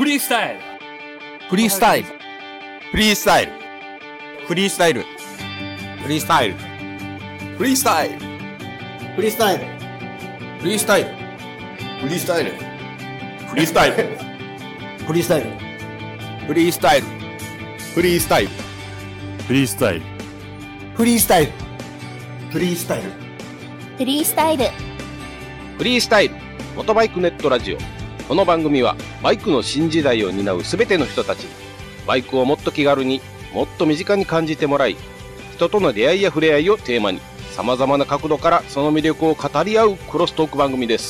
フリースタイルフリースタイルフリースタイルフリースタイルフリースタイルフリースタイルフリースタイルフリースタイルフリースタイルフリースタイルフリースタイルフリースタイルフリースタイルフリースタイルフリースタイルフリースタイルフリースタイルフリースタイルモトバイクネットラジオ。この番組はバイクの新時代を担うすべての人たちにバイクをもっと気軽にもっと身近に感じてもらい、人との出会いや触れ合いをテーマにさまざまな角度からその魅力を語り合うクロストーク番組です。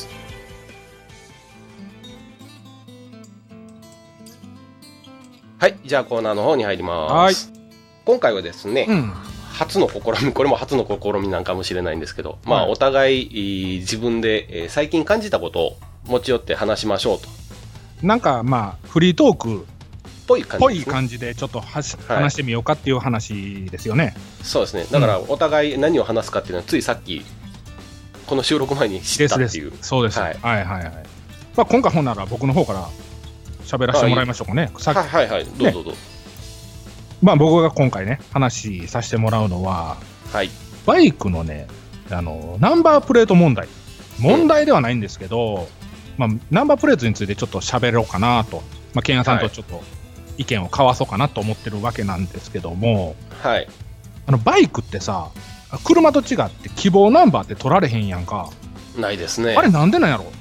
はい、じゃあコーナーの方に入ります。今回はですね、初の試み、これも初の試みなんかもしれないんですけど、まあお互い自分で最近感じたことを持ち寄って話しましょうと。 なんかまあフリートークぽい感じでちょっと話してみようかっていう話ですよね。 そうですね。だからお互い何を話すかっていうのはついさっきこの収録前に知ったっていう。 そうです。はいはいはい。まあ今回ほんなら僕の方から喋らせてもらいましょうかね。 はいはい、どうぞどうぞ。 まあ僕が今回ね話させてもらうのは、 はい、 バイクのねナンバープレート問題ではないんですけど、まあナンバープレートについてちょっと喋ろうかなと、まあケンヤさんとちょっと意見を交わそうかなと思ってるわけなんですけども、 はい、 バイクってさ、車と違って希望ナンバーって取られへんやんか。 ないですね。 あれなんでなんやろ。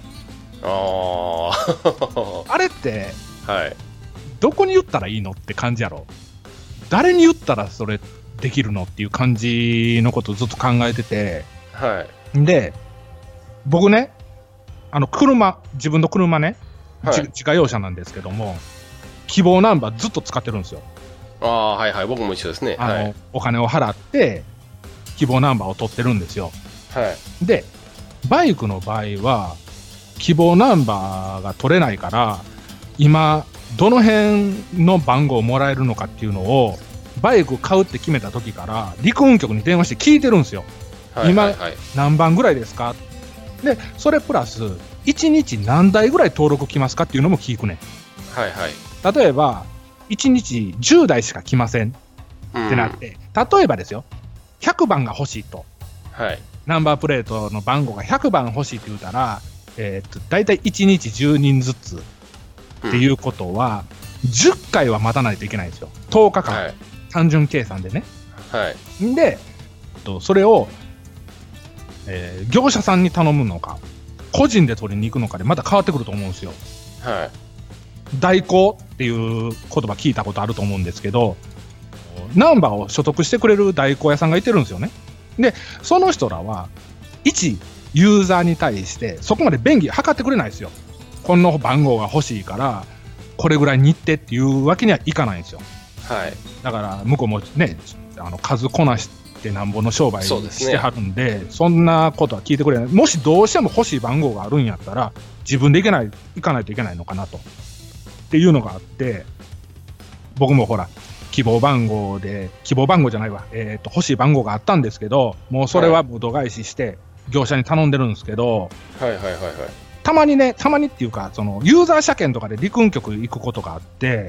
あれって、 はい、どこに言ったらいいのって感じやろ。誰に言ったらそれできるのっていう感じのことをずっと考えてて、 はい、 で僕ね自分の車ね、はい、自家用車なんですけども希望ナンバーずっと使ってるんですよ。 はいはい、僕も一緒ですね。はい、 お金を払って希望ナンバーを取ってるんですよ。 はい、 でバイクの場合は希望ナンバーが取れないから今どの辺の番号をもらえるのかっていうのをバイク買うって決めた時から陸運局に電話して聞いてるんですよ。今何番ぐらいですか。でそれプラス1日何台ぐらい登録来ますかっていうのも聞くね。 はいはい。 例えば1日10台しか来ませんってなって、例えばですよ100番が欲しいと、 はい、 ナンバープレートの番号が100番欲しいって言うたら、だいたい1日10人ずつっていうことは、10回は待たないといけないんですよ。10日間、はい、単純計算でね。 はい、 で、それを、業者さんに頼むのか、個人で取りに行くのかでまた変わってくると思うんですよ。 はい、 代行っていう言葉聞いたことあると思うんですけど、ナンバーを所得してくれる代行屋さんがいてるんですよね。で、その人らは、一ユーザーに対してそこまで便宜測ってくれないですよ。この番号が欲しいからこれぐらいに行ってっていうわけにはいかないんですよ。 はい、 だから向こうもね数こなしてなんぼの商売してはるんで、そんなことは聞いてくれない。もしどうしても欲しい番号があるんやったら自分で行かないといけないのかなとっていうのがあって、僕もほら希望番号じゃないわ、欲しい番号があったんですけど、もうそれはもう度外視して業者に頼んでるんですけど、 はいはいはいはい、 たまにっていうかそのユーザー車検とかで陸運局行くことがあって、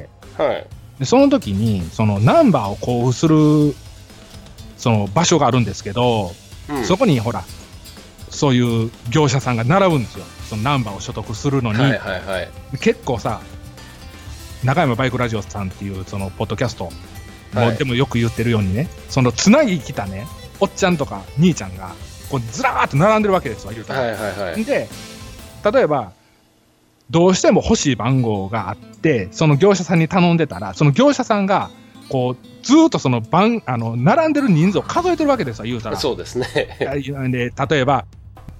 はい、 でその時にそのナンバーを交付するその場所があるんですけど、そこにほらそういう業者さんが並ぶんですよ。そのナンバーを所得するのに、 はいはいはい、 結構さ中山バイクラジオさんっていうそのポッドキャストでもよく言ってるようにね、そのつなぎ来たねおっちゃんとか兄ちゃんがこうずらーっと並んでるわけですわ、言うたら。 はいはいはい、 で例えばどうしても欲しい番号があってその業者さんに頼んでたら、その業者さんがこうずーっとその並んでる人数を数えてるわけですわ、言うたら。 そうですね。 で例えば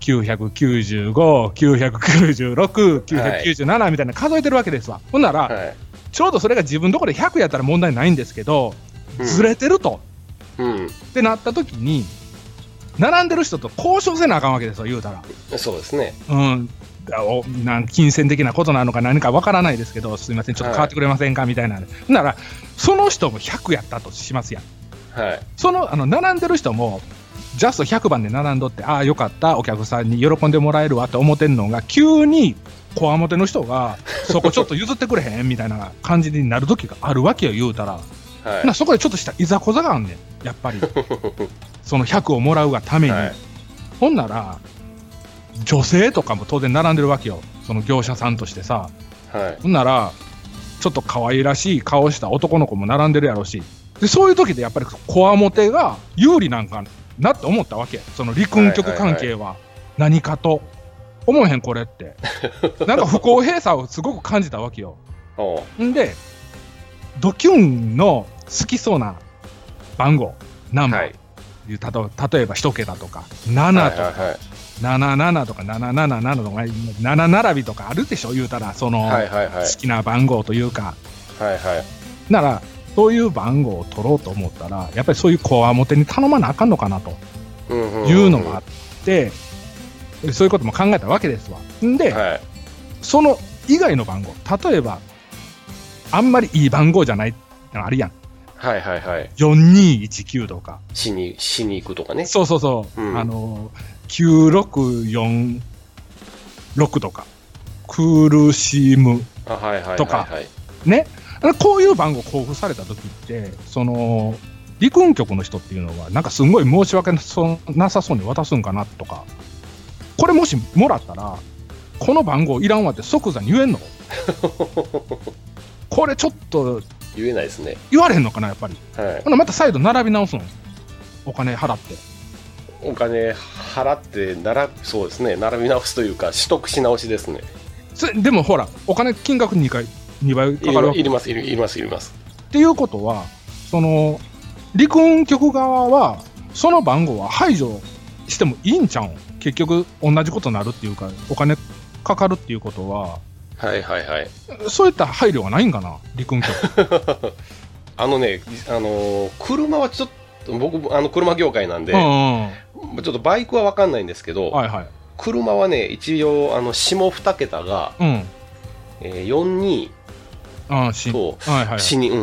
995、996、997みたいな数えてるわけですわ。ほんなら、はい、ちょうどそれが自分のところで100やったら問題ないんですけど、ずれてると、ってなった時に並んでる人と交渉せなあかんわけですよ、言うたら。 そうですね。 金銭的なことなのか何かわからないですけど、すいませんちょっと変わってくれませんか、みたいな。ならその人も100やったとしますやん。 はい、 その並んでる人もジャスト100番で並んどって、ああよかったお客さんに喜んでもらえるわって思ってんのが、急にこわもての人がそこちょっと譲ってくれへんみたいな感じになる時があるわけよ言うたら、 はい、 そこでちょっとしたいざこざがあんねんやっぱりその100をもらうがために、はい、ほんなら女性とかも当然並んでるわけよその業者さんとしてさ、はい、ほんならちょっと可愛らしい顔した男の子も並んでるやろしでそういう時でやっぱりこわもてが有利なんかなって思ったわけその陸運局関係は何かと思えへんこれってなんか不公平さをすごく感じたわけよんでドキュンの好きそうな番号ナンバー、はい、例えば1桁とか7とか、はいはいはい、77とか777とか7並びとかあるでしょ言うたらその、はいはいはい、好きな番号というか、はいはい、ならそういう番号を取ろうと思ったらやっぱりそういうこわもてに頼まなあかんのかなというのがあって、そういうことも考えたわけですわ。んで、はい、その以外の番号例えばあんまりいい番号じゃないのあるやん。はいはいはい。4219とか。 死に行くとかね。 そうそうそう。9646とか。苦しむとか。ね。こういう番号交付された時って、その、陸運局の人っていうのは、なんかすごい申し訳なさそうに渡すんかなとか。これもしもらったら、この番号いらんわって即座に言えんのこれちょっと言えないですね。 言われへんのかなやっぱり、はい、また再度並び直すのお金払ってそうですね並び直すというか取得し直しですね。でもほらお金金額2倍かかるわけいりますっていうことはその陸運局側はその番号は排除してもいいんちゃうん結局同じことになるっていうかお金かかるっていうことははいはいはいそういった配慮がないんかな陸運局車はちょっと僕車業界なんで、ちょっとバイクは分かんないんですけど、はいはい、車はね一応下2桁が、42と死に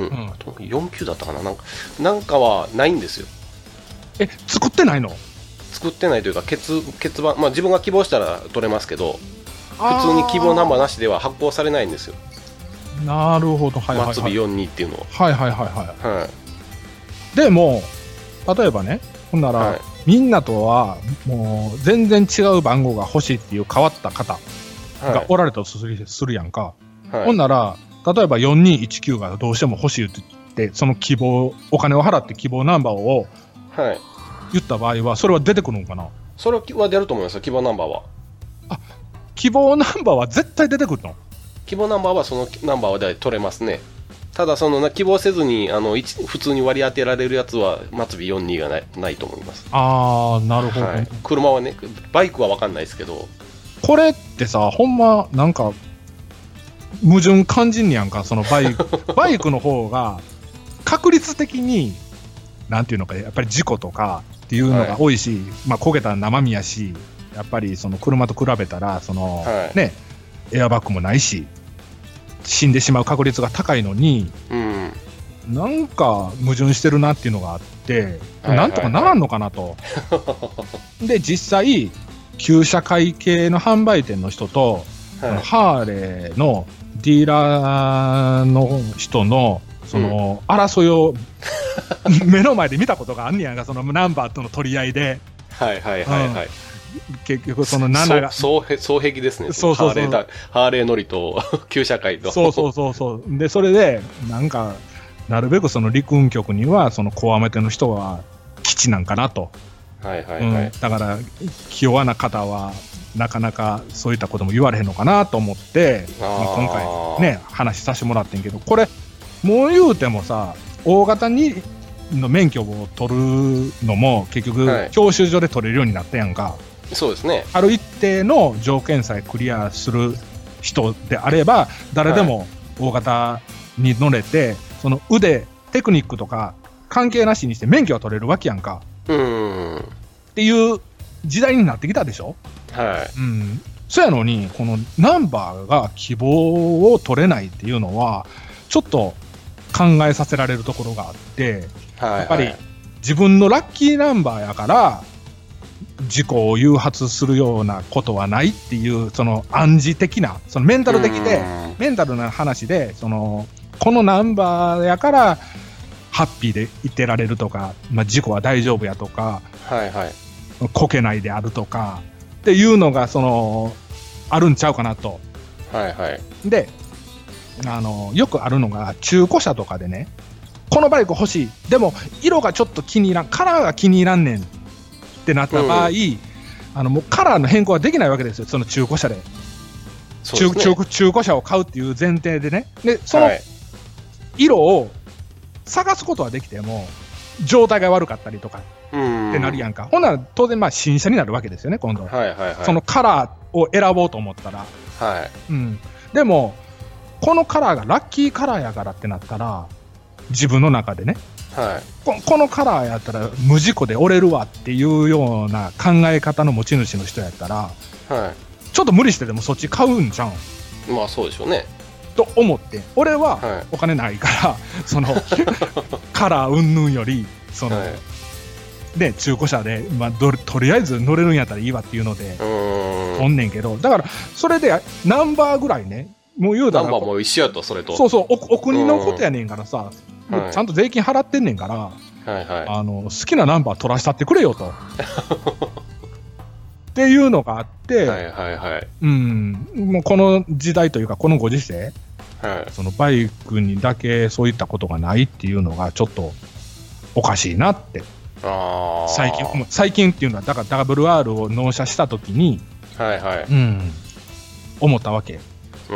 49だったかななんかはないんですよ。 作ってないの？ 作ってないというか欠番、まあ自分が希望したら取れますけど普通に希望ナンバーなしでは発行されないんですよ。 なるほど、はいはいはい、 末尾42っていうのをはいはいはいはい、でも例えばねほんなら、はい、みんなとはもう全然違う番号が欲しいっていう変わった方がおられたとするやんか、はい、ほんなら例えば4219がどうしても欲しいって言ってその希望お金を払って希望ナンバーを言った場合はそれは出てくるのかな？ それは出ると思いますよ希望ナンバーは。 希望ナンバーは絶対出てくるの？ 希望ナンバーはそのナンバーで取れますね。ただその希望せずに普通に割り当てられるやつは末尾42がないと思います。 ああなるほど、はい、 車はねバイクは分かんないですけどこれってさほんまなんか矛盾感じんねやんかそのバイクの方が確率的になんていうのかやっぱり事故とかっていうのが多いし、はい、まあ焦げた生身やしやっぱりその車と比べたらその、はい、ねエアバッグもないし死んでしまう確率が高いのに、なんか矛盾してるなっていうのがあって、なんとかならんのかなと。で実際旧車会系の販売店の人と、ハーレーのディーラーの人のその争いを目の前で見たことがあんねやんかそのナンバーとの取り合いで。はいはいはいはい。結局その7が双璧ですね。そうハーレー乗りと旧車会とそうでそれでなんかなるべくその陸運局にはそのこわめての人は基地なんかなと、はいはいはいだから気弱な方はなかなかそういったことも言われへんのかなと思って今回ね話させてもらってんけどこれもう言うてもさ大型にの免許を取るのも結局教習所で取れるようになったやんか。 そうですね。 ある一定の条件さえクリアする人であれば誰でも大型に乗れて、その腕テクニックとか関係なしにして免許が取れるわけやんか。っていう時代になってきたでしょ。はい。そうやのにこのナンバーが希望を取れないっていうのはちょっと考えさせられるところがあって、やっぱり自分のラッキーナンバーやから事故を誘発するようなことはないっていう、その暗示的な、そのメンタル的で、メンタルな話で、このナンバーやからハッピーでいてられるとか、まあ、事故は大丈夫やとか、 はいはい、 こけないであるとかっていうのがあるんちゃうかなと。 はいはい。で、 よくあるのが中古車とかでね、このバイク欲しい、でも色がちょっと気に入らん、カラーが気に入らんねんってなった場合、もうカラーの変更はできないわけですよ、その中古車で。中古車を買うっていう前提でね。で、その色を探すことはできても、状態が悪かったりとかってなるやんか。ほんなら当然まあ新車になるわけですよね、今度。そのカラーを選ぼうと思ったら。でも、このカラーがラッキーカラーやからってなったら、自分の中でね、このカラーやったら無事故で折れるわっていうような考え方の持ち主の人やったら、ちょっと無理してでもそっち買うんじゃん。 まあそうでしょうね。 と思って、俺はお金ないから、そのカラー云々よりで中古車で、まあ、とりあえず乗れるんやったらいいわっていうので乗んねんけど、だからそれでナンバーぐらいね、もう言うたらナンバーも一緒やと、それとそうそう、お国のことやねんからさ、ちゃんと税金払ってんねんから、好きなナンバー取らしたってくれよとっていうのがあって、もうこの時代というかこのご時世、そのバイクにだけそういったことがないっていうのがちょっとおかしいなって。最近っていうのはだから WR を納車した時に、思ったわけ。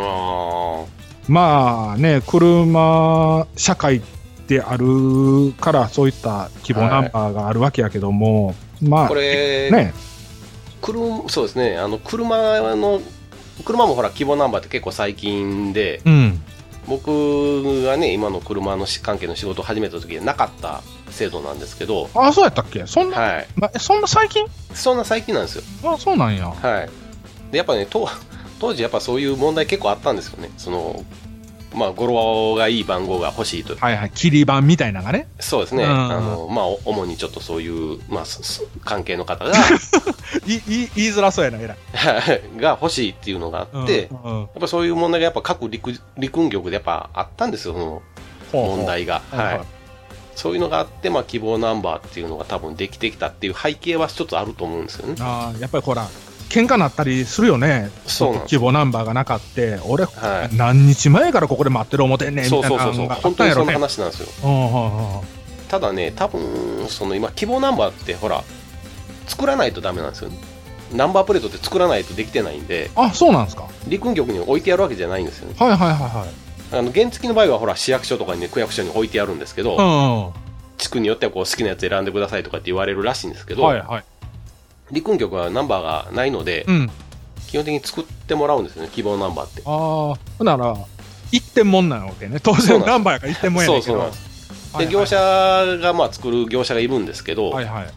まあね、車社会であるからそういった希望ナンバーがあるわけやけども、まあこれね、そうですね、車もほら希望ナンバーって結構最近で、僕がね今の車の関係の仕事を始めた時になかった制度なんですけど。 あ、そうやったっけ？そんな最近？ そんな最近なんですよ。 あ、そうなんや。 でやっぱね、当時やっぱそういう問題結構あったんですよね。まあ語呂がいい番号が欲しいと。 切り板みたいなのがね。 そうですね。まあ主にちょっとそういうまあ関係の方が言いづらそうやな、えらいが欲しいっていうのがあって、やっぱそういう問題がやっぱ各陸運局でやっぱあったんですよ、その問題が。そういうのがあって、まあ希望ナンバーっていうのが多分できてきたっていう背景は一つあると思うんですよね。 やっぱりほら。喧嘩なったりするよね。希望ナンバーがなかって、俺、何日前からここで待ってる思てんねんみたいなのがあったんやろね。 本当にそんな話なんですよ。ただね、多分今希望ナンバーってほら作らないとダメなんですよね。ナンバープレートって作らないとできてないんで。 あ、そうなんですか。 陸運局に置いてやるわけじゃないんですよね。原付の場合はほら市役所とかに、ね、区役所に置いてやるんですけど、地区によってはこう好きなやつ選んでくださいとかって言われるらしいんですけど、陸運局はナンバーがないので、基本的に作ってもらうんですよね、希望ナンバーって。 ほんなら一点もんなわけね。当然ナンバーやから一点もんやねんけど。 で業者がまあ作る業者がいるんですけど、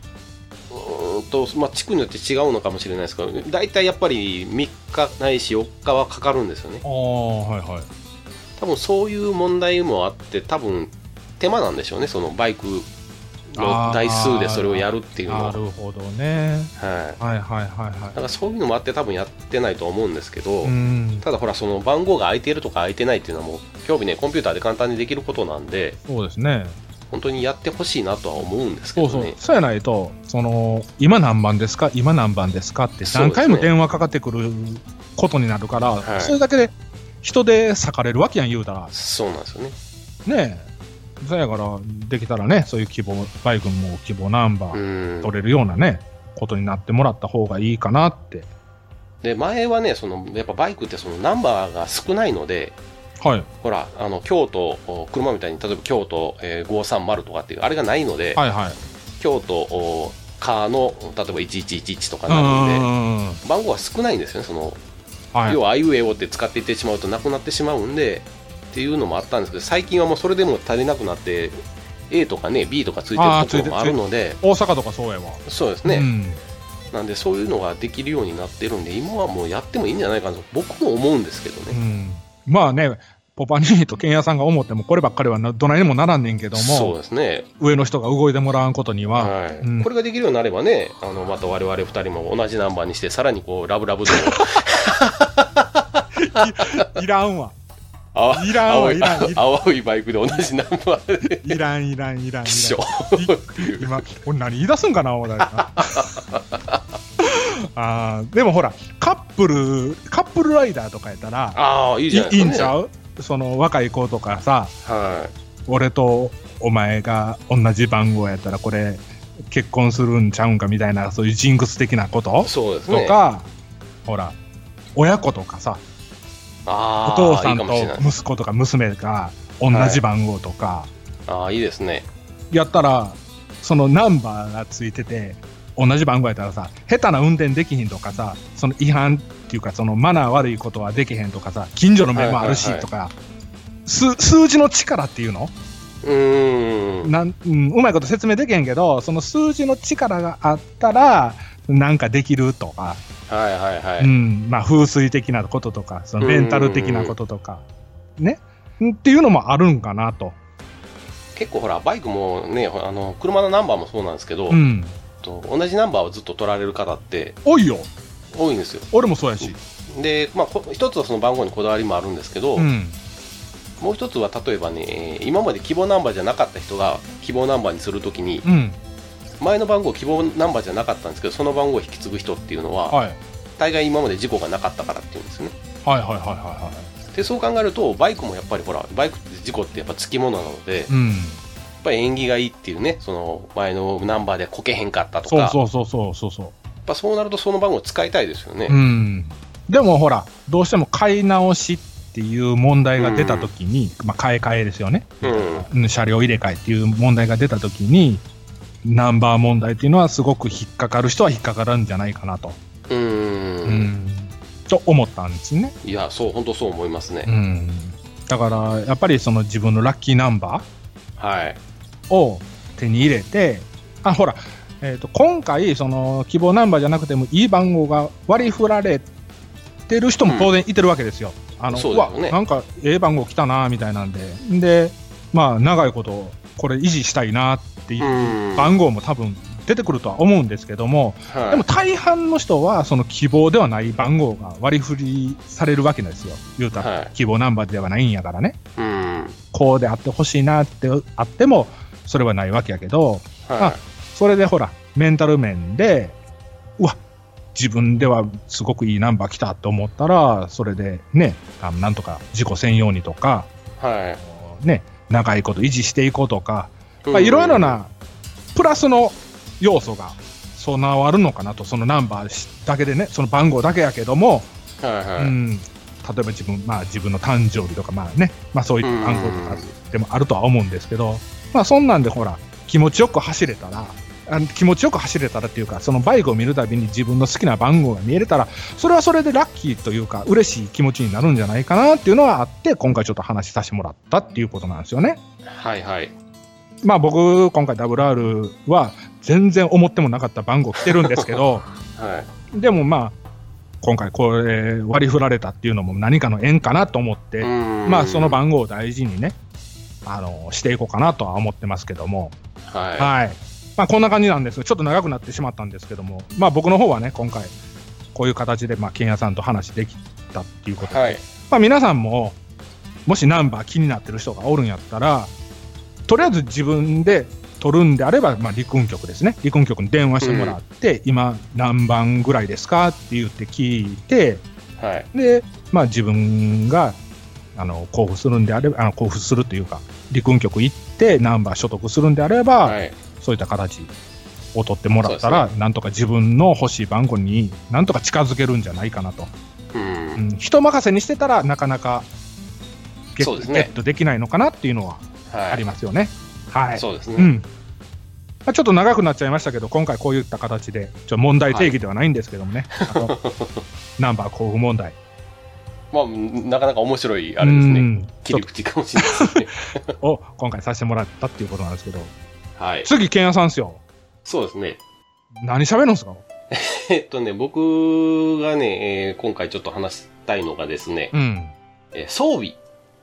まあ、地区によって違うのかもしれないですけど、大体やっぱり3日ないし4日はかかるんですよね。多分そういう問題もあって、多分手間なんでしょうね、そのバイクの台数でそれをやるっていうのは。 なるほどね。 だからそういうのもあって多分やってないと思うんですけど、ただほらその番号が空いているとか空いてないっていうのはもう今日ねコンピューターで簡単にできることなんで、 そうですね、 本当にやってほしいなとは思うんですけどね。 そうやないと今何番ですか今何番ですかって何回も電話かかってくることになるから、それだけで人で割かれるわけやん、言うたら。 そうなんですよね。 ねえ、そやからできたらね、そういうバイクも希望ナンバー取れるようなねことになってもらった方がいいかなって。 で前はねやっぱバイクってナンバーが少ないので、ほら京都車みたいに例えば京都、530とかっていうあれがないので、京都カーの例えば1111とかなので番号が少ないんですよね。要はあいうえおって使っていってしまうとなくなってしまうんでっていうのもあったんですけど、最近はもうそれでも足りなくなって A とかね B とかついてるところもあるので、 大阪とかそうやわ。 そうですね、なんでそういうのができるようになってるんで、今はもうやってもいいんじゃないかなと僕も思うんですけどね。 まあね、 ポパニーとケンヤさんが思ってもこればっかりはどないにもならんねんけども、 そうですね。 上の人が動いてもらわんことには、 はい、 うん、 これができるようになればね、また我々2人も同じナンバーにして、さらにこうラブラブでいらんわ。 いらんわ、いらん。青いバイクで同じナンバーで。 いらん、いらん、いらん。 今、 俺何言い出すんかな、思うたでもほら、カップルライダーとかやったら、 いいじゃないですか、ね。 いいんちゃう？その若い子とかさ、 はい、 俺とお前が同じ番号やったら、これ、結婚するんちゃうんかみたいな、そういうジンクス的なことそうですね。 とか、ほら、親子とかさ、お父さんと息子とか娘が同じ番号とか、 はい、いいですね。 やったら、そのナンバーがついてて、同じ番号やったらさ、下手な運転できひんとかさ、その違反っていうか、そのマナー悪いことはできへんとかさ、近所の目もあるしとか、数字の力っていうの？うまいこと説明できへんけど、その数字の力があったら、なんかできるとか、まあ風水的なこととか、そのメンタル的なこととか、ね、っていうのもあるんかなと。 結構ほら、バイクもね、車のナンバーもそうなんですけど、同じナンバーをずっと取られる方って多いよ。 多いんですよ。 俺もそうやし。 で、まあ、一つはその番号にこだわりもあるんですけど、もう一つは例えばね、今まで希望ナンバーじゃなかった人が希望ナンバーにするときに、前の番号希望ナンバーじゃなかったんですけど、その番号を引き継ぐ人っていうのは、大概今まで事故がなかったからっていうんですよね。で、そう考えるとバイクもやっぱりほら、バイクって事故ってやっぱつきものなので、やっぱり縁起がいいっていうね、その前のナンバーでこけへんかったとか、やっぱそうなるとその番号を使いたいですよね。 でもほら、どうしても買い直しっていう問題が出たときに、まあ買い替えですよね、車両入れ替えっていう問題が出たときに、ナンバー問題っていうのはすごく引っかかる人は引っかかるんじゃないかなと。と思ったんですね。 いや、そう、本当そう思いますね。 だからやっぱりその自分のラッキーナンバーを手に入れて、ほら、今回その希望ナンバーじゃなくてもいい番号が割り振られてる人も当然いてるわけですよ。うわ、なんか番号来たなみたいなんで、まあ長いことこれ維持したいなっていう番号も多分出てくるとは思うんですけども、でも大半の人はその希望ではない番号が割り振りされるわけなんですよ。言うたら、希望ナンバーではないんやからね、こうであってほしいなってあってもそれはないわけやけど、それでほらメンタル面で、うわ、自分ではすごくいいナンバー来たと思ったら、それでね、なんとか事故せんようにとか、ね、長いこと維持していこうとか、いろいろなプラスの要素が備わるのかなと。そのナンバーだけでね、その番号だけやけども、例えば自分の誕生日とか、そういった番号とかでもあるとは思うんですけど、そんなんでほら気持ちよく走れたらっていうか、そのバイクを見るたびに自分の好きな番号が見えれたら、それはそれでラッキーというか嬉しい気持ちになるんじゃないかなっていうのはあって、今回ちょっと話させてもらったっていうことなんですよね。僕今回 WR は全然思ってもなかった番号来てるんですけど、でも今回これ割り振られたっていうのも何かの縁かなと思って、その番号を大事にね、していこうかなとは思ってますけども、こんな感じなんです。ちょっと長くなってしまったんですけども、僕の方はね、今回こういう形でケンヤさんと話できたっていうことで、皆さんももしナンバー気になってる人がおるんやったら、とりあえず自分で取るんであれば、陸運局ですね、陸運局に電話してもらって、今何番ぐらいですかって言って聞いて、で、自分が交付するんであれば、交付するというか陸運局行ってナンバー所得するんであれば、そういった形を取ってもらったら、なんとか自分の欲しい番号になんとか近づけるんじゃないかなと。人任せにしてたらなかなかゲットできないのかなっていうのはありますよね。そうですね。ちょっと長くなっちゃいましたけど、今回こういった形で問題定義ではないんですけどもね、ナンバー交付問題、 なかなか面白いあれですね、切り口かもしれないですねを今回させてもらったっていうことなんですけど、次ケンヤさんですよ。 そうですね。 何喋るんですか？ 僕がね、今回ちょっと話したいのがですね、装備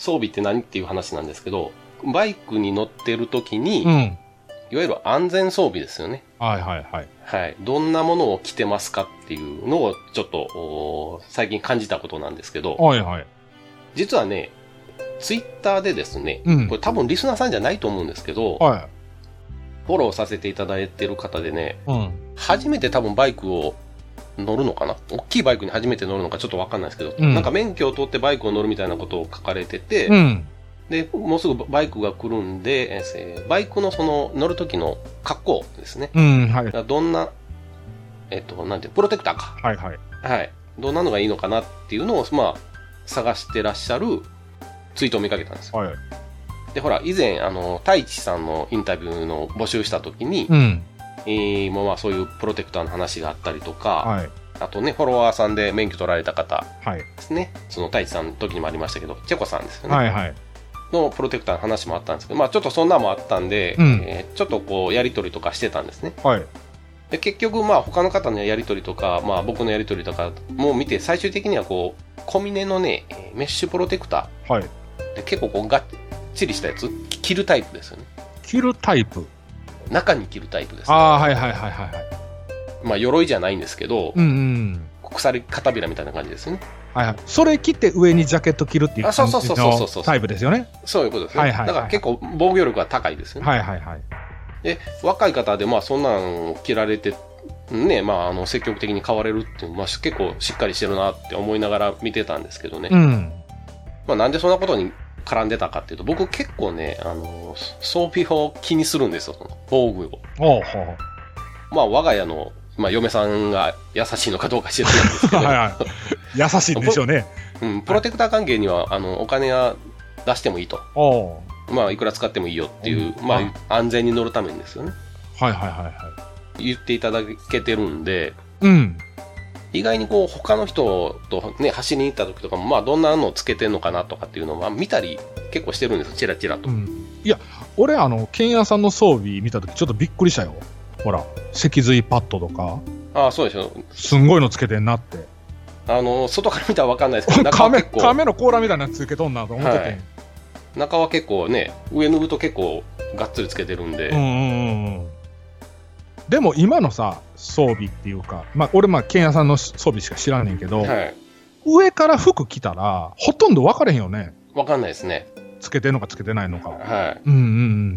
装備って何っていう話なんですけど、バイクに乗ってる時に、 うん。 いわゆる安全装備ですよね。 はいはいはい。 はい。どんなものを着てますかっていうのをちょっと最近感じたことなんですけど、 はいはい。 実はね、ツイッターでですね、 うんこれ多分リスナーさんじゃないと思うんですけど、 はフォローさせていただいてる方でね、 い。うん。 初めて多分バイクを乗るのかな、大きいバイクに初めて乗るのかちょっとわかんないですけど、 うんなんか免許を取ってバイクを乗るみたいなことを書かれてて、 うん。 で、もうすぐバイクが来るんで、バイクのその乗る時の格好ですね。 うん。はい。 どんな、なんて、プロテクターか。 はいはい。 はい。どんなのがいいのかなっていうのを、まあ、探してらっしゃるツイートを見かけたんですよ。 はい。 で、ほら、以前、太一さんのインタビューの募集した時に、 うん。 まあ、そういうプロテクターの話があったりとか、 はい。 あとね、フォロワーさんで免許取られた方はい。 ですね。その太一さんの時にもありましたけど、チェコさんですよね。 はいはい。 のプロテクターの話もあったんですけど、まあちょっとそんなもあったんで、 うんちょっとこうやりとりとかしてたんですね。 はい。 で結局まあ他の方のやりとりとか、まあ僕のやりとりとかも見て、最終的にはこう、小峰のね、メッシュプロテクタはい。 ーで結構こうがっちりしたやつ、着るタイプですよね。 着るタイプ。 中に着るタイプです、ね。 ああ、はいはいはいはいはい。 まあ鎧じゃないんですけど、 うんうん。 鎖片びらみたいな感じですよね。 はいはい。それ着て上にジャケット着るっていう感じあそうそうそうそうそうのタイプですよね。 そういうことですね。 はいはいはいだから結構防御力が高いですよね。 はいはいはい。 で、若い方でまあそんなんを着られて、ね、まあ積極的に買われるっていう、まあ結構しっかりしてるなって思いながら見てたんですけどね。 うん。 まあなんでそんなことに絡んでたかっていうと、僕結構ね、装備を気にするんですよ、その防具を。 おうほう。 まあ我が家の、まあ嫁さんが優しいのかどうか知らないんですけど、 はいはい。優しいんでしょうね。 うん、プロテクター関係には、お金は出してもいいと。 おう。 まあいくら使ってもいいよっていう、 うんまあ安全に乗るためにですよね。 はいはいはいはい。 言っていただけてるんで、 うん。 意外にこう他の人とね、走りに行った時とかも、まあどんなのをつけてんのかなとかっていうのは見たり結構してるんですよ、チラチラと。 うん。いや、俺ケンヤさんの装備見たときちょっとびっくりしたよ。ほら、脊髄パッドとか、 ああ、そうでしょ。 すんごいのつけてんなって。 外から見たら分かんないですけど、中は結構、 亀の甲羅みたいなのつけとんなと思ってて。 はい、中は結構ね、上脱ぐと結構がっつりつけてるんで。 うんうんうん。でも今のさ、装備っていうか、まあ俺ケンヤさんの装備しか知らんねんけど、 はい、 上から服着たらほとんど分かれへんよね。 分かんないですね。 つけてんのかつけてないのか。 はい。 うんうんうん。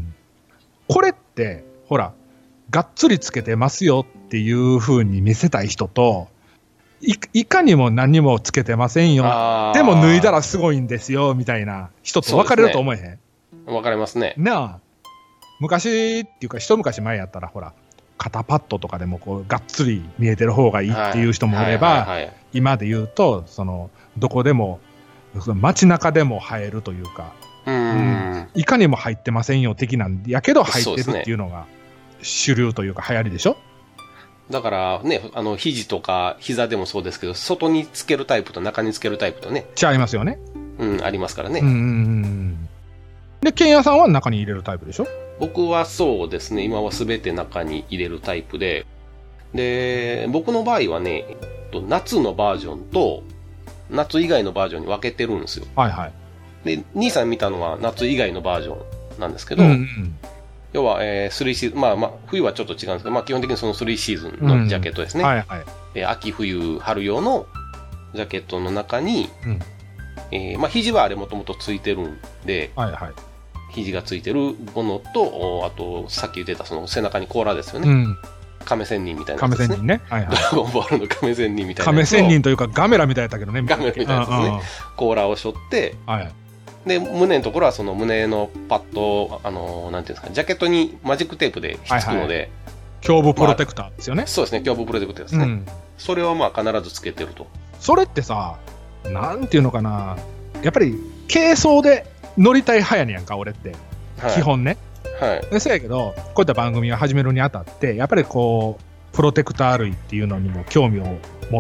これってほら、がっつりつけてますよっていう風に見せたい人と、いかにも何にもつけてませんよ、でも脱いだらすごいんですよみたいな人と分かれると思えへん？ 分かれますね。 なあ、昔っていうか一昔前やったらほら、肩パッドとかでもこうがっつり見えてる方がいいっていう人もいれば、今で言うとどこでも街中でも入るというか、いかにも入ってませんよ的なんやけど入ってるっていうのが主流というか流行りでしょ。 だからね、肘とか膝でもそうですけど、外につけるタイプと中につけるタイプとね、 違いますよね。 うん、ありますからね。 で、ケンヤさんは中に入れるタイプでしょ？ 僕はそうですね、今は全て中に入れるタイプで、で、僕の場合はね、夏のバージョンと夏以外のバージョンに分けてるんですよ。 はいはい。 で、兄さん見たのは夏以外のバージョンなんですけど、要は、3シーズン、まあ冬はちょっと違うんですけど、まあ基本的にその3シーズンのジャケットですね。はいはい。秋冬春用のジャケットの中に、まあ肘はあれもともとついてるんで、はいはい。肘がついてるものと、あとさっき言ってたその背中に甲羅ですよね。亀仙人みたいなやつですね。亀仙人ね。はいはい。ドラゴンボールの亀仙人みたいなやつを。亀仙人というかガメラみたいだったけどね。ガメラみたいなやつですね。甲羅を背負って、はい。で、胸のところはその胸のパッド、なんていうんですか、ジャケットにマジックテープでひっつくので。胸部プロテクターですよね。そうですね、胸部プロテクターですね。それはまあ必ずつけてると。それってさ、なんていうのかな、やっぱり軽装で乗りたい派やねやんか、俺って。基本ね。はい。そうやけど、こういった番組を始めるにあたって、やっぱりこう、プロテクター類っていうのにも興味を持って、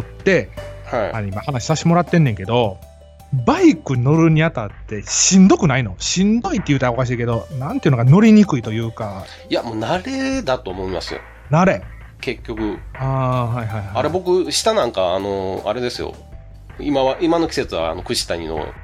はい。今話させてもらってんねんけど、バイク乗るにあたってしんどくないの？しんどいって言うたらおかしいけど、なんていうのか乗りにくいというか。いや、もう慣れだと思いますよ。慣れ？結局。ああ、はいはいはい。あれ僕、下なんか、あれですよ。今の季節は、串谷の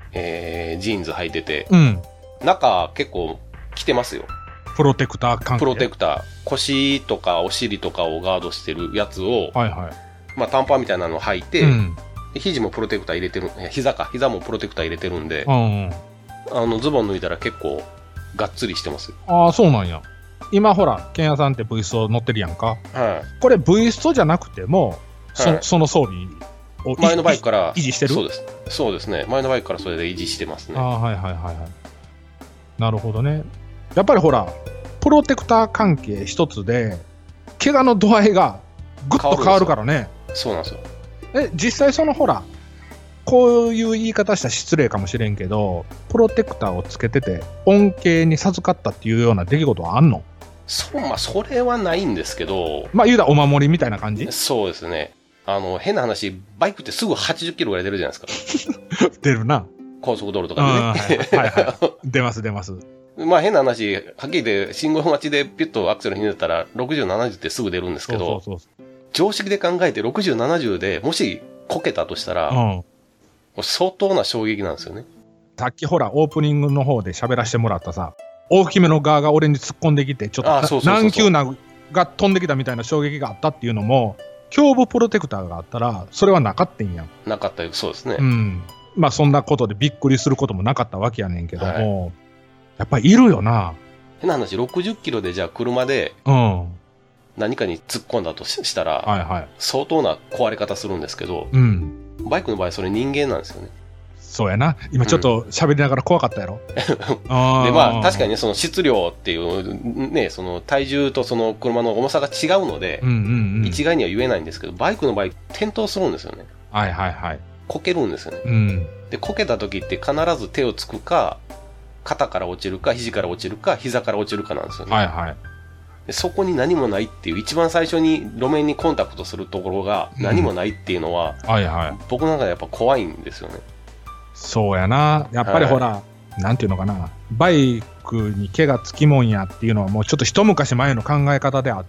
ジーンズ履いてて、 うん。 中結構着てますよ。 プロテクター関係。 プロテクター。腰とかお尻とかをガードしてるやつを、 はいはい。 まあ短パンみたいなのを履いて、 うん。 で肘もプロテクター入れてる、膝もプロテクター入れてるんで、 うんうん。 ズボン脱いだら結構がっつりしてますよ。 ああ、そうなんや。今ほら、ケンヤさんってブイスト乗ってるやんか。 はい。 これブイストじゃなくても、 はいその装備を前のバイクから維持してる？ そうですね。前のバイクからそれで維持してますね。 ああ、はいはいはいはい。なるほどね。やっぱりほら、プロテクター関係一つで、怪我の度合いがぐっと変わるからね。 そうなんですよ。 実際そのほら、こういう言い方したら失礼かもしれんけど、プロテクターをつけてて、恩恵に授かったっていうような出来事はあんの？ まあ、それはないんですけど。 まあ、言うたらお守りみたいな感じ？ そうですね。変な話、バイクってすぐ80キロぐらい出るじゃないですか。 出るな。 高速道路とかでね。 はいはい。出ます。 まあ変な話、はっきり言って信号待ちでピュッとアクセルひねったら60、70ってすぐ出るんですけど、常識で考えて60、70でもしこけたとしたら、相当な衝撃なんですよね。 さっきほら、オープニングの方で喋らせてもらったさ、大きめの側が俺に突っ込んできて、ちょっと軟球なが飛んできたみたいな衝撃があったっていうのも、胸部プロテクターがあったら、それはなかったんやん。 なかったよ、そうですね。 うん。まあそんなことでびっくりすることもなかったわけやねんけども、はい、やっぱりいるよな。 変な話、60キロでじゃあ車で、何かに突っ込んだとしたら、 はいはい、 相当な壊れ方するんですけど、バイクの場合それ人間なんですよね。 そうやな。今ちょっと喋りながら怖かったやろ。 で、まあ確かにね、その質量っていうね、その体重とその車の重さが違うので、一概には言えないんですけど、バイクの場合転倒するんですよね。 はいはいはい。 こけるんですよね。で、こけた時って必ず手をつくか、肩から落ちるか、肘から落ちるか、膝から落ちるかなんですよね。 はいはい。 でそこに何もないっていう、一番最初に路面にコンタクトするところが何もないっていうのは、 はいはい、 僕の中でやっぱ怖いんですよね。 そうやな。やっぱりほら、なんていうのかな。バイクに毛がつきもんやっていうのはもうちょっと一昔前の考え方であって、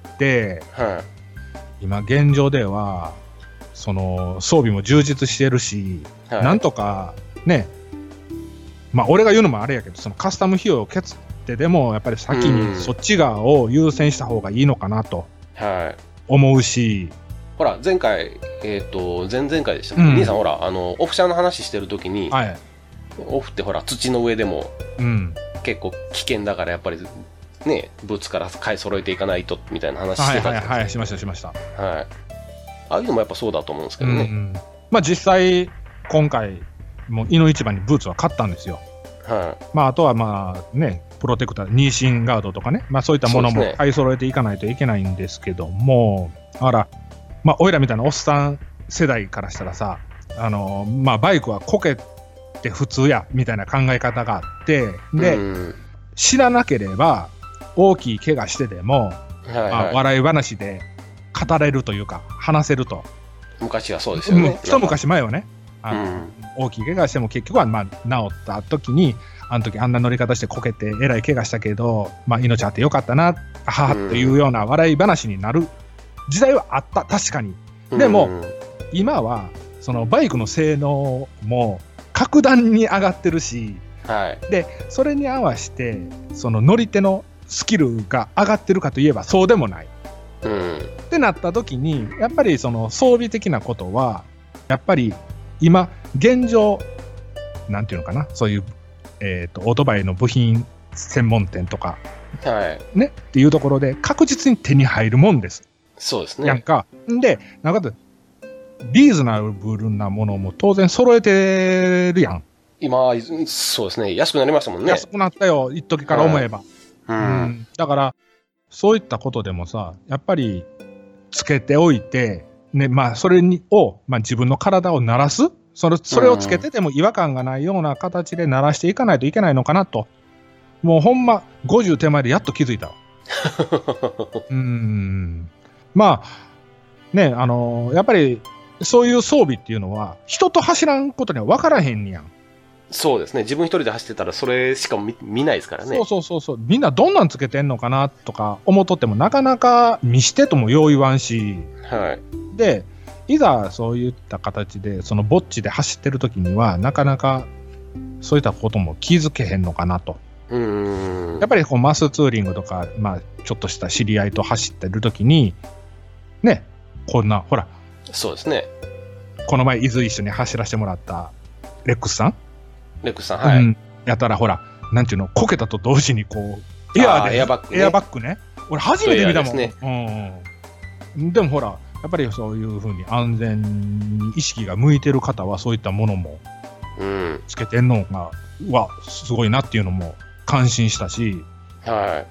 今現状では、その装備も充実してるし、なんとかね、まあ俺が言うのもあれやけど、そのカスタム費用を削ってでもやっぱり先にそっち側を優先した方がいいのかなと思うし、 ほら前回前々回でした、兄さんほらオフ車の話してる時に、オフってほら土の上でも結構危険だからやっぱりねブーツから買い揃えていかないとみたいな話してたんですよ。 はいしました。 はい。ああいうのもやっぱそうだと思うんですけどね。 まあ実際今回もういの一番にブーツは買ったんですよ。まああとはまあねプロテクターニーシンガードとかね、まあそういったものも買い揃えていかないといけないんですけども、あらまあおいらみたいなおっさん世代からしたらさ、まあバイクはこけて普通やみたいな考え方があって、で知らなければ大きい怪我してでも、笑い話で語れるというか話せると。 昔はそうですよね。 一昔前はね、大きい怪我しても結局はまあ治った時に、あの時あんな乗り方してこけてえらい怪我したけど、まあ命あってよかったな、ははっていうような笑い話になる時代はあった、確かに。でも今はそのバイクの性能も格段に上がってるし、でそれに合わせてその乗り手のスキルが上がってるかといえばそうでもない。ってなった時にやっぱりその装備的なことはやっぱり今現状なんていうのかな、そういう、オートバイの部品専門店とか、ねっていうところで確実に手に入るもんです。 そうですね。 なんかでなんかリーズナブルなものも当然揃えてるやん。 今そうですね、安くなりましたもんね。 安くなったよ一時から思えば。だからそういったことでもさ、やっぱりつけておいて、ね、まあそれを、まあ、自分の体を慣らす、それをつけてても違和感がないような形で慣らしていかないといけないのかなと。もうほんま50手前でやっと気づいたわ。まあね、やっぱりそういう装備っていうのは人と走らんことには分からへんにやん。 そうですね。自分一人で走ってたらそれしか見ないですからね。 そう。みんなどんなんつけてんのかなとか思っとってもなかなか見してともよう言わんし。で、いざそういった形でそのぼっちで走ってる時にはなかなかそういったことも気づけへんのかなと。やっぱりこうマスツーリングとか、まあ、ちょっとした知り合いと走ってるときに、ね、こんな、ほら、 そうですね。 この前、伊豆一緒に走らせてもらったレックスさん、 はい。 やったら、ほら、なんていうの、こけたと同時に、こう、エアバッグね。俺、初めて見たもん。ね、でもほら、やっぱりそういうふうに安全に意識が向いてる方は、そういったものもつけてんのが、すごいなっていうのも感心したし、 はい。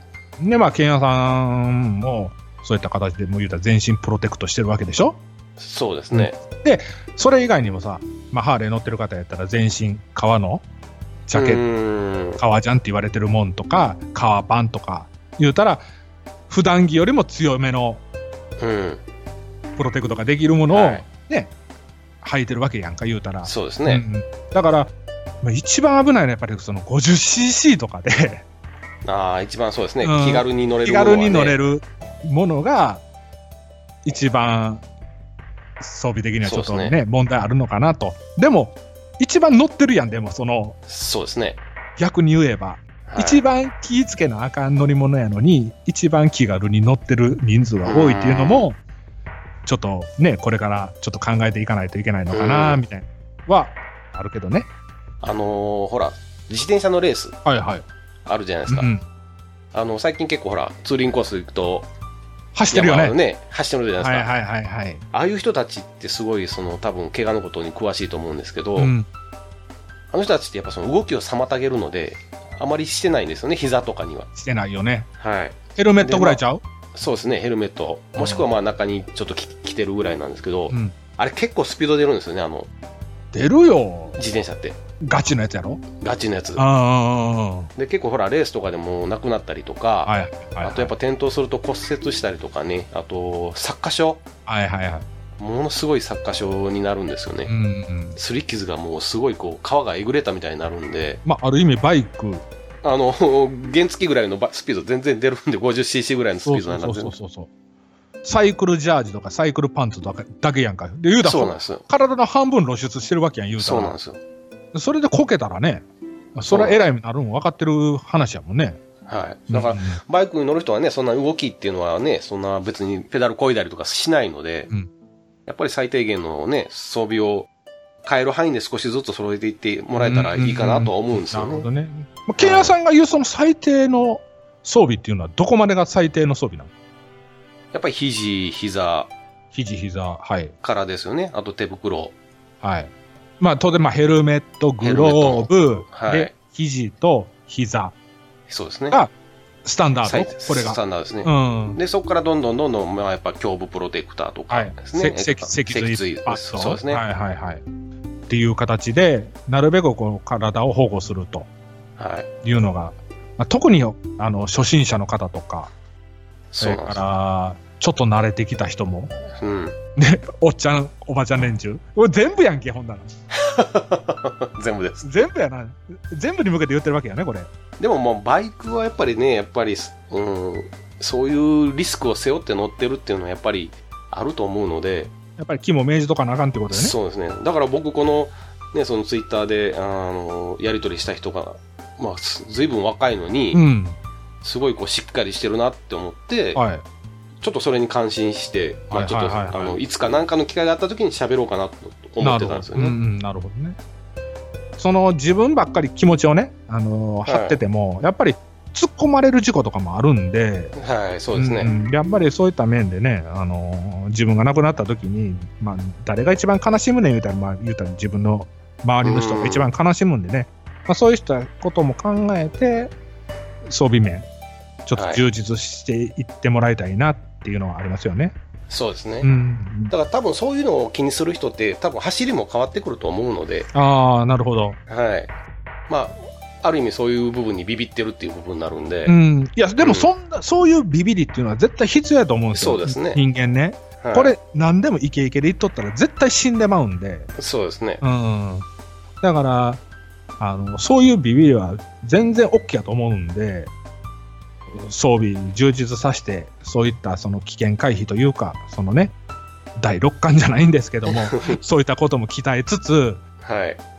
で、まあ、ケンヤさんも、そういった形でも言うたら全身プロテクトしてるわけでしょ。 そうですね。 で、それ以外にもさ、まあ、ハーレー乗ってる方やったら全身革のジャケット、革ジャンって言われてるもんとか、革パンとか言うたら、普段着よりも強めのプロテクトができるものをね、履いてるわけやんか、言うたら。 そうですね。 だから、まあ、一番危ないのはやっぱりその 50cc とかで一番そうですね、気軽に乗れるものはね、気軽に乗れるものが一番装備的にはちょっとね、問題あるのかなと。でも一番乗ってるやん。でもそうですね、 逆に言えば、一番気ぃつけなあかん乗り物やのに一番気軽に乗ってる人数が多いっていうのもちょっとね、これからちょっと考えていかないといけないのかなみたいなはあるけどね。 ほら、自転車のレースあるじゃないですか。最近結構ほら、ツーリングコース行くと、 走ってるよね。 走ってるじゃないですか。ああいう人たちってすごい、多分、怪我のことに詳しいと思うんですけど、あの人たちってやっぱその動きを妨げるので、あまりしてないんですよね、膝とかには。 してないよね。 はい。 ヘルメットぐらいちゃう？ そうですね、ヘルメット。もしくはまあ中にちょっと着てるぐらいなんですけど、あれ結構スピード出るんですよね、 出るよ。 自転車って。 ガチのやつやろ？ ガチのやつ。で、結構ほら、レースとかでもなくなったりとか、あとやっぱ転倒すると骨折したりとかね、あと、擦過傷。ものすごい擦過傷になるんですよね。擦り傷がもうすごいこう、皮がえぐれたみたいになるんで。 まあ、ある意味バイク。 原付ぐらいのスピード全然出るんで、50cc ぐらいのスピードなんですよ。そう。 サイクルジャージとかサイクルパンツとかだけやんか。で、言うたら体の半分露出してるわけやん、言うたら。 そうなんですよ。 それでこけたらね、それはえらいになるの分かってる話やもんね。 はい。だから、バイクに乗る人はね、そんな動きっていうのはね、そんな別にペダル漕いだりとかしないので、やっぱり最低限のね、装備を変える範囲で少しずつ揃えていってもらえたらいいかなとは思うんですよね。なるほどね。 ケンヤさんが言うその最低の装備っていうのはどこまでが最低の装備なの？ やっぱり膝、 はい。 からですよね。あと手袋。 はい。まあ当然ヘルメット、グローブ、で、肘と膝。 そうですね。 がスタンダード。これが。 スタンダードですね。で、そこからどんどん、まあやっぱ胸部プロテクターとかですね。 脊髄パッド。 そうですね。 っていう形で、なるべくこう体を保護すると。いうのが、まあ、特に初心者の方とか、それからちょっと慣れてきた人も、でおっちゃんおばちゃん連中、全部やんけ、ほんなら全部です。 全部やな。全部に向けて言ってるわけやね、これ。 でももうバイクはやっぱりね、そういうリスクを背負って乗ってるっていうのはやっぱりあると思うので、 やっぱり気も命じとかなあかんってことだよね。 そうですね。だから僕このね、そのツイッターでやり取りした人がまあ随分若いのに、すごいこうしっかりしてるなって思って、ちょっとそれに感心して、まあちょっといつか何かの機会があった時に喋ろうかなと思ってたんですよね。 なるほどね。その自分ばっかり気持ちをね、張ってても、やっぱり突っ込まれる事故とかもあるんで、 そうですね。 やっぱりそういった面でね、自分が亡くなった時に、まあ誰が一番悲しむねん言うたら、言うたら自分の周りの人が一番悲しむんでね、まあ、そういうことも考えて装備面ちょっと充実していってもらいたいなっていうのはありますよね。 そうですね。だから多分そういうのを気にする人って多分走りも変わってくると思うので。 ああ、なるほど。 まあある意味そういう部分にビビってるっていう部分になるんで。 いやでもそういうビビりっていうのは絶対必要やと思うんですよ。 そうですね。 人間ね。これ何でもイケイケで言っとったら絶対死んでまうんで。 そうですね。 だからそういうビビりは全然 OK やと思うんで、装備充実させて、そういったその危険回避というか、そのね、第6巻じゃないんですけども、そういったことも鍛えつつ、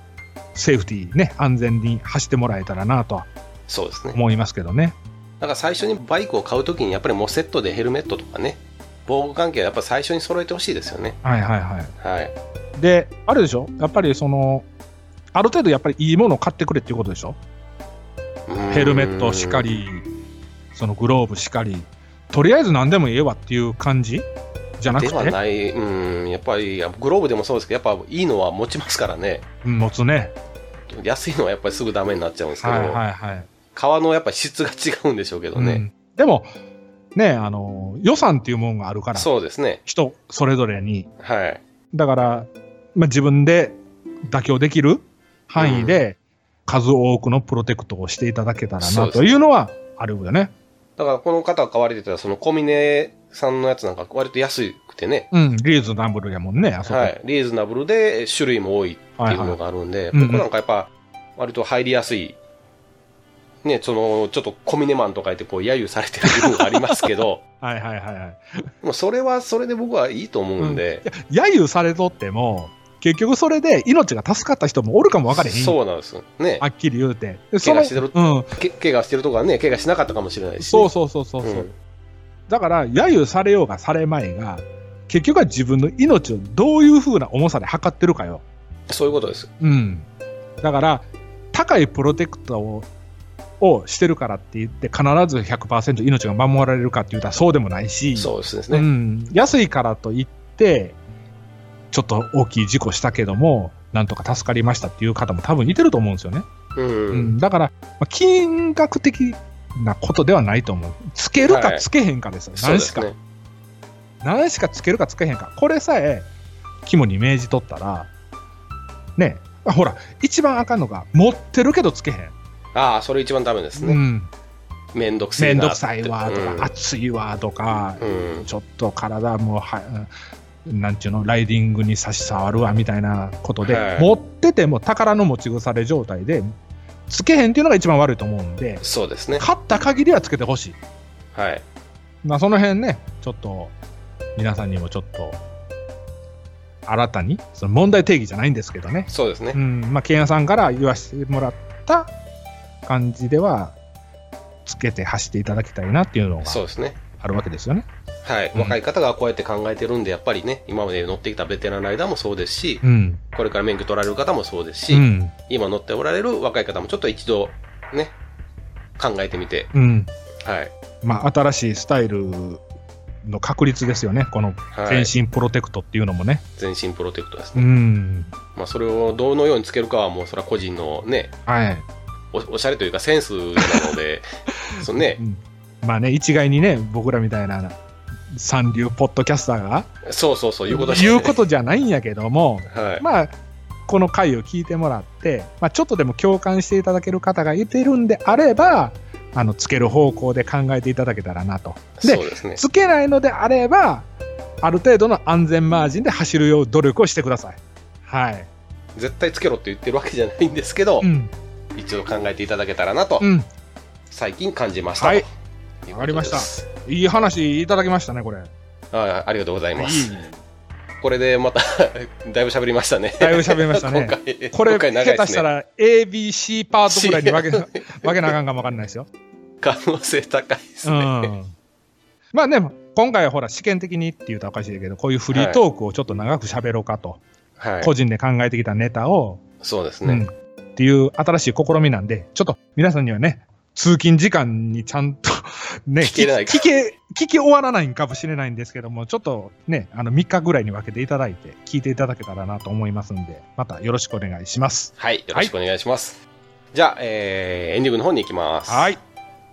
セーフティーね、安全に走ってもらえたらなとそうですね。 思いますけどね。 だから最初にバイクを買うときにやっぱりもうセットでヘルメットとかね、防護関係はやっぱ最初に揃えてほしいですよね。 はいはいはい。 はい。 で、あれでしょ、やっぱりそのある程度やっぱりいいものを買ってくれっていうことでしょ。ヘルメットしかり、そのグローブしかり、とりあえず何でもいいわっていう感じじゃなくて。 ではない、やっぱりグローブでもそうですけど、やっぱいいのは持ちますからね。 持つね。 安いのはやっぱりすぐダメになっちゃうんですけど、 はいはいはい、 革のやっぱり質が違うんでしょうけどね。 でもね、予算っていうものがあるから。 そうですね。 人それぞれに。 はい。だから、自分で妥協できる範囲で数多くのプロテクトをしていただけたらなというのはあるよね。 だからこの方が買われてたその小峰さんのやつなんか割と安くてね。 リーズナブルやもんね、あそこ。 はい。リーズナブルで種類も多いっていうのがあるんで、僕なんかやっぱ割と入りやすい、ね、そのちょっと小峰マンとか言ってこう揶揄されてる部分がありますけど、 はいはいはいはい。 もうそれはそれで僕はいいと思うんで。 揶揄されとっても、結局それで命が助かった人もおるかも分かれへん。 そうなんですね。 はっきり言うて。 怪我してる、怪我してるとかね、怪我しなかったかもしれないし、 ね。そう。だから、揶揄されようがされまいが、結局は自分の命をどういう風な重さで測ってるかよ。 そういうことです。 だから、高いプロテクトをしてるからって言って、必ず 100% 命が守られるかって言ったらそうでもないし、 そうですね。 安いからといって、ちょっと大きい事故したけども、なんとか助かりましたっていう方も多分いてると思うんですよね。だから、金額的なことではないと思う。つけるかつけへんかですよ。何しか。何しかつけるかつけへんか。これさえ、肝に銘じとったら、ね、ほら、一番あかんのが、持ってるけどつけへん。 ああ、それ一番ダメですね。めんどくさいわとか、暑いわとか、ちょっと体もなんちゅうの、ライディングに差し障るわみたいなことで、持ってても宝の持ち腐れ状態でつけへんっていうのが一番悪いと思うんで、 そうですね。 買った限りはつけてほしい。 はい。 その辺ね、ちょっと皆さんにもちょっと新たに、その問題定義じゃないんですけどね。 そうですね。 ケンヤさんから言わせてもらった感じではつけて走っていただきたいなっていうのがあるわけですよね。 はい、若い方がこうやって考えてるんで、やっぱりね、今まで乗ってきたベテランライダーもそうですし、これから免許取られる方もそうですし、今乗っておられる若い方もちょっと一度ね、考えてみて、はい。 新しいスタイルの確立ですよね、この全身プロテクトっていうのもね。 全身プロテクトですね。それをどのようにつけるかはもうそれは個人のね、おしゃれというかセンスなので、そうね。 一概にね、僕らみたいな三流ポッドキャスターがそういうことじゃないんやけども、この回を聞いてもらって、ちょっとでも共感していただける方がいてるんであれば、つける方向で考えていただけたらなと。で、つけないのであれば、ある程度の安全マージンで走るよう努力をしてください。はい。 絶対つけろって言ってるわけじゃないんですけど、一度考えていただけたらなと、最近感じました。はい。 わかりました。いい話いただきましたね、これ。 ありがとうございます。これでまただいぶ喋りましたね。 だいぶ喋りましたね。これ下手したら ABC パートぐらいに分けなあかんかもわかんないですよ。 可能性高いですね。 でも今回はほら試験的にって言うとおかしいけど、こういうフリートークをちょっと長く喋ろうかと、個人で考えてきたネタを、 そうですね、 っていう新しい試みなんで、ちょっと皆さんにはね、通勤時間にちゃんとね、聞き終わらないんかもしれないんですけども、ちょっとね、3日ぐらいに分けていただいて、聞いていただけたらなと思いますんで、またよろしくお願いします。 はい、よろしくお願いします。じゃあ、エンディングの方に行きます。 はい。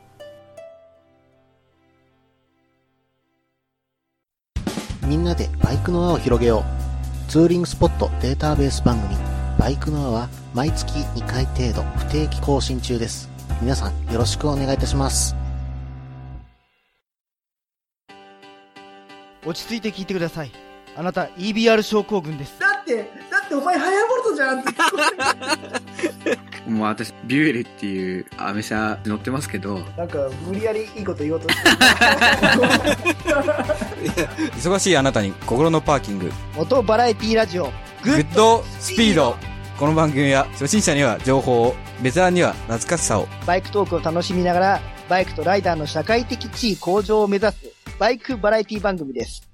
みんなでバイクの輪を広げよう。ツーリングスポットデータベース番組、バイクの輪は毎月2回程度不定期更新中です。皆さんよろしくお願いいたします。 落ち着いて聞いてください。あなた EBR 症候群です。 だってお前ハヤボルトじゃんってもう私ビュエルっていうアメ車乗ってますけど、 なんか無理やりいいこと言おうとして忙しいあなたに心のパーキング、 元バラエティラジオグッドスピード。 この番組は初心者には情報を、ベテランには懐かしさを、 バイクトークを楽しみながら、バイクとライダーの社会的地位向上を目指すバイクバラエティ番組です。